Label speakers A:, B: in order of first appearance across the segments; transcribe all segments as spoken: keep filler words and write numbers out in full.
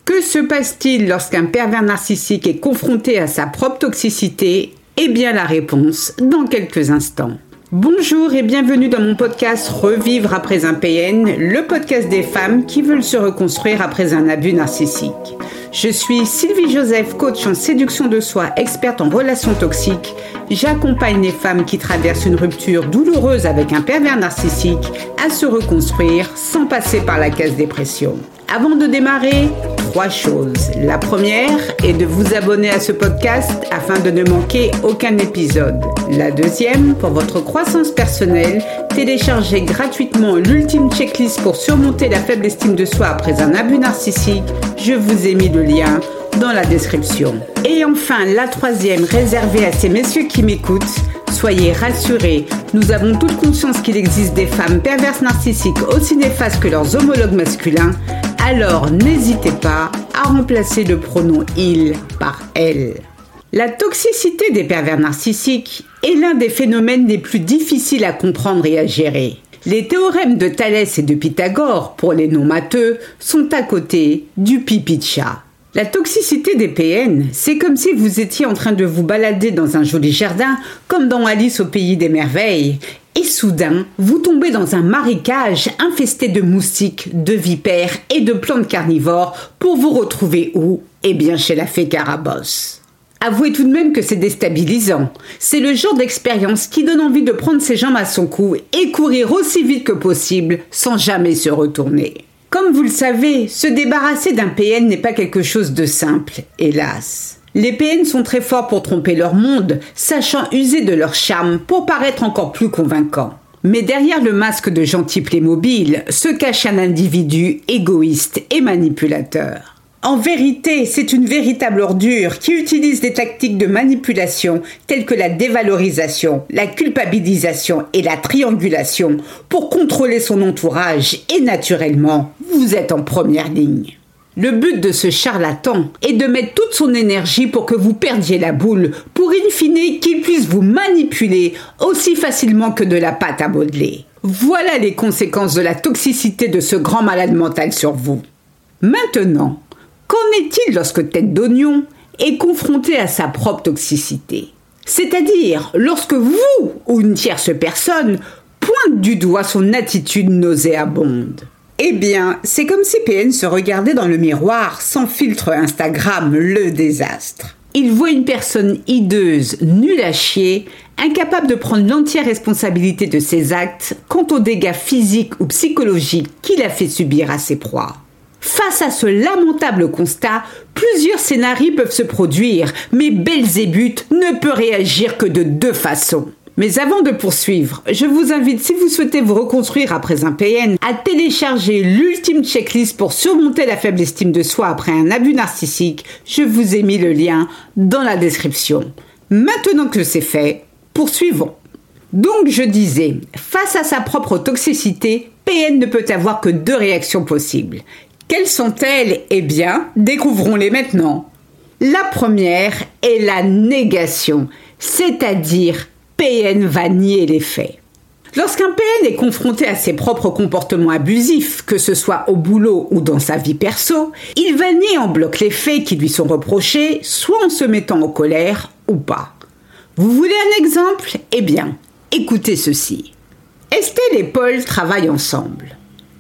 A: Que se passe-t-il lorsqu'un pervers narcissique est confronté à sa propre toxicité ? Eh bien la réponse dans quelques instants. Bonjour et bienvenue dans mon podcast Revivre après un P N, le podcast des femmes qui veulent se reconstruire après un abus narcissique. Je suis Sylvie Joseph, coach en séduction de soi, experte en relations toxiques. J'accompagne les femmes qui traversent une rupture douloureuse avec un pervers narcissique à se reconstruire sans passer par la case dépression. Avant de démarrer, trois choses. La première est de vous abonner à ce podcast afin de ne manquer aucun épisode. La deuxième, pour votre croissance personnelle, téléchargez gratuitement l'ultime checklist pour surmonter la faible estime de soi après un abus narcissique. Je vous ai mis le lien dans la description. Et enfin, la troisième, réservée à ces messieurs qui m'écoutent. Soyez rassurés, nous avons toute conscience qu'il existe des femmes perverses narcissiques aussi néfastes que leurs homologues masculins. Alors n'hésitez pas à remplacer le pronom « il » par « elle ». La toxicité des pervers narcissiques est l'un des phénomènes les plus difficiles à comprendre et à gérer. Les théorèmes de Thalès et de Pythagore, pour les non-matheux, sont à côté du pipi de chat. La toxicité des P N, c'est comme si vous étiez en train de vous balader dans un joli jardin, comme dans Alice au pays des merveilles, et soudain, vous tombez dans un marécage infesté de moustiques, de vipères et de plantes carnivores pour vous retrouver où ? Eh bien chez la fée Carabosse. Avouez tout de même que c'est déstabilisant. C'est le genre d'expérience qui donne envie de prendre ses jambes à son cou et courir aussi vite que possible sans jamais se retourner. Comme vous le savez, se débarrasser d'un P N n'est pas quelque chose de simple, hélas. Les P N sont très forts pour tromper leur monde, sachant user de leur charme pour paraître encore plus convaincants. Mais derrière le masque de gentil Playmobil se cache un individu égoïste et manipulateur. En vérité, c'est une véritable ordure qui utilise des tactiques de manipulation telles que la dévalorisation, la culpabilisation et la triangulation pour contrôler son entourage et naturellement, vous êtes en première ligne. Le but de ce charlatan est de mettre toute son énergie pour que vous perdiez la boule, pour in fine qu'il puisse vous manipuler aussi facilement que de la pâte à modeler. Voilà les conséquences de la toxicité de ce grand malade mental sur vous. Maintenant, qu'en est-il lorsque Tête d'Oignon est confronté à sa propre toxicité ? C'est-à-dire lorsque vous ou une tierce personne pointe du doigt son attitude nauséabonde. Eh bien, c'est comme si P N se regardait dans le miroir sans filtre Instagram, le désastre. Il voit une personne hideuse, nulle à chier, incapable de prendre l'entière responsabilité de ses actes quant aux dégâts physiques ou psychologiques qu'il a fait subir à ses proies. Face à ce lamentable constat, plusieurs scénarios peuvent se produire, mais Belzébuth ne peut réagir que de deux façons. Mais avant de poursuivre, je vous invite, si vous souhaitez vous reconstruire après un P N, à télécharger l'ultime checklist pour surmonter la faible estime de soi après un abus narcissique. Je vous ai mis le lien dans la description. Maintenant que c'est fait, poursuivons. Donc je disais, face à sa propre toxicité, P N ne peut avoir que deux réactions possibles. Quelles sont-elles ? Eh bien, découvrons-les maintenant. La première est la négation, c'est-à-dire P N va nier les faits. Lorsqu'un P N est confronté à ses propres comportements abusifs, que ce soit au boulot ou dans sa vie perso, il va nier en bloc les faits qui lui sont reprochés, soit en se mettant en colère ou pas. Vous voulez un exemple ? Eh bien, écoutez ceci. Estelle et Paul travaillent ensemble.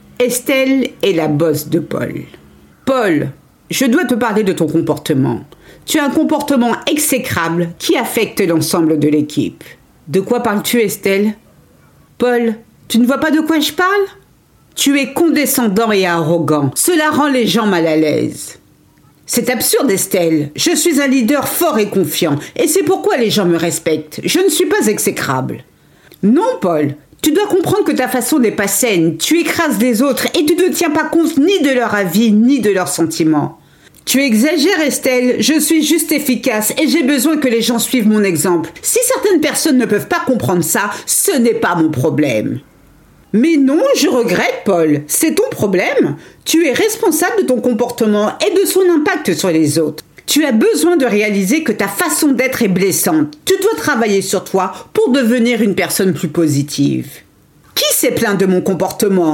A: Estelle est la boss de Paul. Paul, je dois te parler de ton comportement. Tu as un comportement exécrable qui affecte l'ensemble de l'équipe. De quoi parles-tu, Estelle ? Paul, tu ne vois pas de quoi je parle ? Tu es condescendant et arrogant. Cela rend les gens mal à l'aise. C'est absurde, Estelle. Je suis un leader fort et confiant, et c'est pourquoi les gens me respectent. Je ne suis pas exécrable. Non, Paul. Tu dois comprendre que ta façon n'est pas saine. Tu écrases les autres et tu ne tiens pas compte ni de leur avis ni de leurs sentiments. Tu exagères, Estelle. Je suis juste efficace et j'ai besoin que les gens suivent mon exemple. Si certaines personnes ne peuvent pas comprendre ça, ce n'est pas mon problème. Mais non, je regrette, Paul. C'est ton problème. Tu es responsable de ton comportement et de son impact sur les autres. Tu as besoin de réaliser que ta façon d'être est blessante. Tu dois travailler sur toi pour devenir une personne plus positive. Qui s'est plaint de mon comportement ? Arthur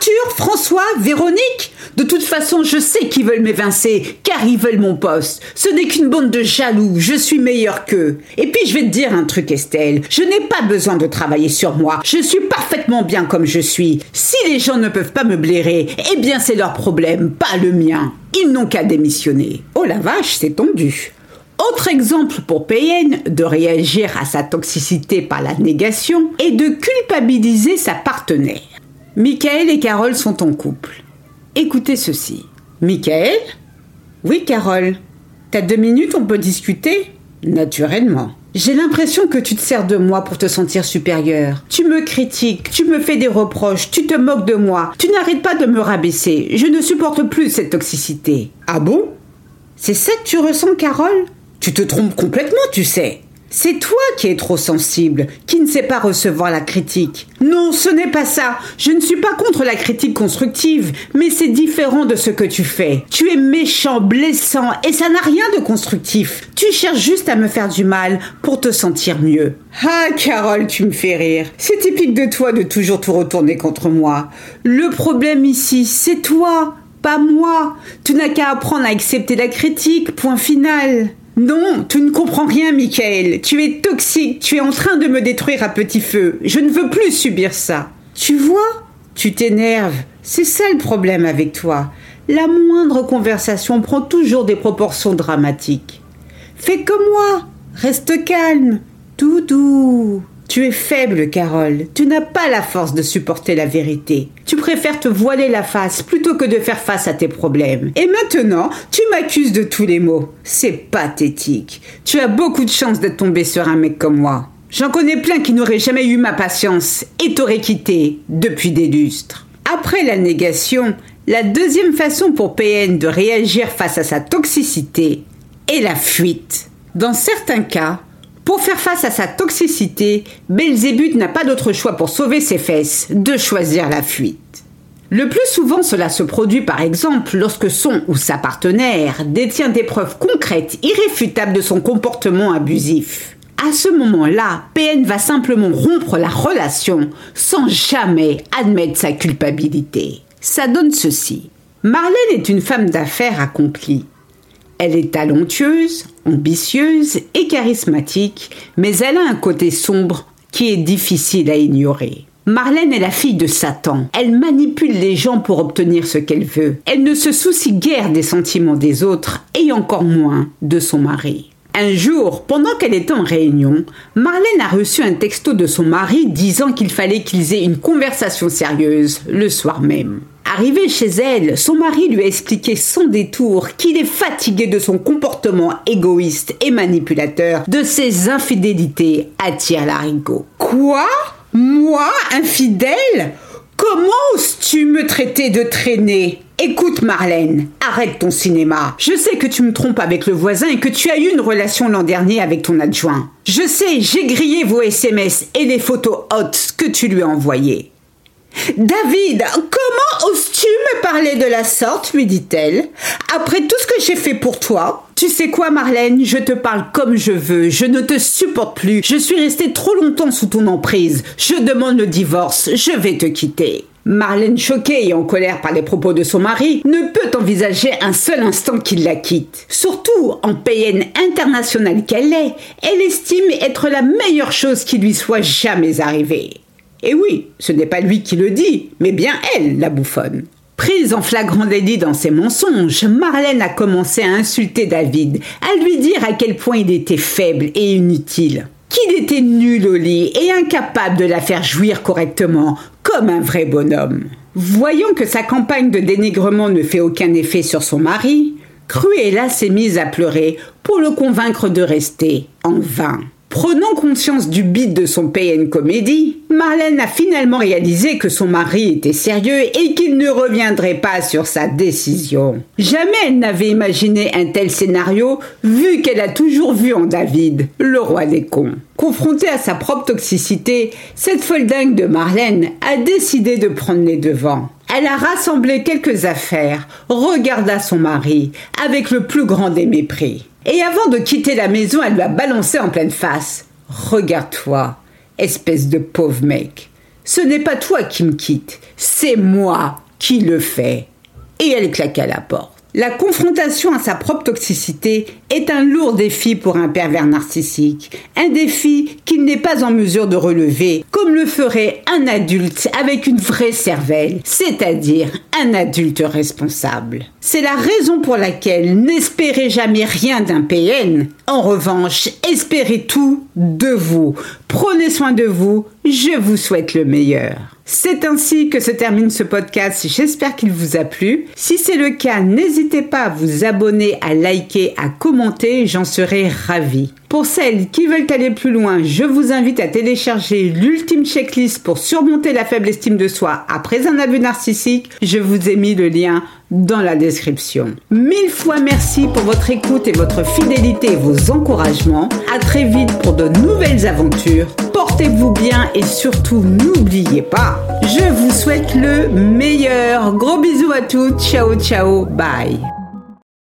A: Arthur, François, Véronique? De toute façon, je sais qu'ils veulent m'évincer, car ils veulent mon poste. Ce n'est qu'une bande de jaloux, je suis meilleure qu'eux. Et puis je vais te dire un truc, Estelle, je n'ai pas besoin de travailler sur moi, je suis parfaitement bien comme je suis. Si les gens ne peuvent pas me blairer, eh bien c'est leur problème, pas le mien. Ils n'ont qu'à démissionner. Oh la vache, c'est tendu. Autre exemple pour P N de réagir à sa toxicité par la négation est de culpabiliser sa partenaire. Michael et Carole sont en couple. Écoutez ceci. Michael ? Oui, Carole. T'as deux minutes, on peut discuter ? Naturellement. J'ai l'impression que tu te sers de moi pour te sentir supérieure. Tu me critiques, tu me fais des reproches, tu te moques de moi. Tu n'arrêtes pas de me rabaisser. Je ne supporte plus cette toxicité. Ah bon ? C'est ça que tu ressens, Carole ? Tu te trompes complètement, tu sais. C'est toi qui es trop sensible, qui ne sais pas recevoir la critique. Non, ce n'est pas ça. Je ne suis pas contre la critique constructive, mais c'est différent de ce que tu fais. Tu es méchant, blessant, et ça n'a rien de constructif. Tu cherches juste à me faire du mal pour te sentir mieux. Ah, Carole, tu me fais rire. C'est typique de toi de toujours tout retourner contre moi. Le problème ici, c'est toi, pas moi. Tu n'as qu'à apprendre à accepter la critique, point final. Non, tu ne comprends rien, Michael. Tu es toxique, tu es en train de me détruire à petit feu. Je ne veux plus subir ça. Tu vois ? Tu t'énerves. C'est ça le problème avec toi. La moindre conversation prend toujours des proportions dramatiques. Fais comme moi. Reste calme. Tout doux. Tu es faible, Carole. Tu n'as pas la force de supporter la vérité. Tu préfères te voiler la face plutôt que de faire face à tes problèmes. Et maintenant, tu m'accuses de tous les maux. C'est pathétique. Tu as beaucoup de chance d'être tombé sur un mec comme moi. J'en connais plein qui n'auraient jamais eu ma patience et t'auraient quitté depuis des lustres. Après la négation, la deuxième façon pour P N de réagir face à sa toxicité est la fuite. Dans certains cas, pour faire face à sa toxicité, Belzébuth n'a pas d'autre choix pour sauver ses fesses de choisir la fuite. Le plus souvent, cela se produit par exemple lorsque son ou sa partenaire détient des preuves concrètes, irréfutables de son comportement abusif. À ce moment-là, P N va simplement rompre la relation sans jamais admettre sa culpabilité. Ça donne ceci. Marlène est une femme d'affaires accomplie. Elle est talentueuse, ambitieuse et charismatique, mais elle a un côté sombre qui est difficile à ignorer. Marlène est la fille de Satan. Elle manipule les gens pour obtenir ce qu'elle veut. Elle ne se soucie guère des sentiments des autres et encore moins de son mari. Un jour, pendant qu'elle était en réunion, Marlène a reçu un texto de son mari disant qu'il fallait qu'ils aient une conversation sérieuse le soir même. Arrivée chez elle, son mari lui a expliqué sans détour qu'il est fatigué de son comportement égoïste et manipulateur, de ses infidélités à tire-larigot. Quoi ? Moi, infidèle ? Comment oses-tu me traiter de traînée ? Écoute Marlène, arrête ton cinéma. Je sais que tu me trompes avec le voisin et que tu as eu une relation l'an dernier avec ton adjoint. Je sais, j'ai grillé vos S M S et les photos hautes que tu lui as envoyées. David, comment oses-tu me parler de la sorte, lui dit-elle. Après tout ce que j'ai fait pour toi, tu sais quoi Marlène, je te parle comme je veux, je ne te supporte plus, je suis restée trop longtemps sous ton emprise, je demande le divorce, je vais te quitter. Marlène, choquée et en colère par les propos de son mari, ne peut envisager un seul instant qu'il la quitte. Surtout, en P N internationale qu'elle est, elle estime être la meilleure chose qui lui soit jamais arrivée. Et oui, ce n'est pas lui qui le dit, mais bien elle, la bouffonne. Prise en flagrant délit dans ses mensonges, Marlène a commencé à insulter David, à lui dire à quel point il était faible et inutile, qu'il était nul au lit et incapable de la faire jouir correctement, comme un vrai bonhomme. Voyant que sa campagne de dénigrement ne fait aucun effet sur son mari, Cruella s'est mise à pleurer pour le convaincre de rester, en vain. Prenant conscience du bide de son P N comédie, Marlène a finalement réalisé que son mari était sérieux et qu'il ne reviendrait pas sur sa décision. Jamais elle n'avait imaginé un tel scénario, vu qu'elle a toujours vu en David, le roi des cons. Confrontée à sa propre toxicité, cette folle dingue de Marlène a décidé de prendre les devants. Elle a rassemblé quelques affaires, regarda son mari avec le plus grand des mépris. Et avant de quitter la maison, elle lui a balancé en pleine face. « Regarde-toi, espèce de pauvre mec. Ce n'est pas toi qui me quittes, c'est moi qui le fais. » Et elle claqua la porte. La confrontation à sa propre toxicité est un lourd défi pour un pervers narcissique. Un défi qu'il n'est pas en mesure de relever, comme le ferait un adulte avec une vraie cervelle, c'est-à-dire un adulte responsable. C'est la raison pour laquelle n'espérez jamais rien d'un P N. En revanche, espérez tout de vous. Prenez soin de vous, je vous souhaite le meilleur. C'est ainsi que se termine ce podcast, j'espère qu'il vous a plu. Si c'est le cas, n'hésitez pas à vous abonner, à liker, à commenter, j'en serai ravie. Pour celles qui veulent aller plus loin, je vous invite à télécharger l'ultime checklist pour surmonter la faible estime de soi après un abus narcissique. Je vous ai mis le lien dans la description. Mille fois merci pour votre écoute et votre fidélité et vos encouragements. À très vite pour de nouvelles aventures. Portez-vous bien et surtout n'oubliez pas, je vous souhaite le meilleur. Gros bisous à toutes. Ciao, ciao, bye.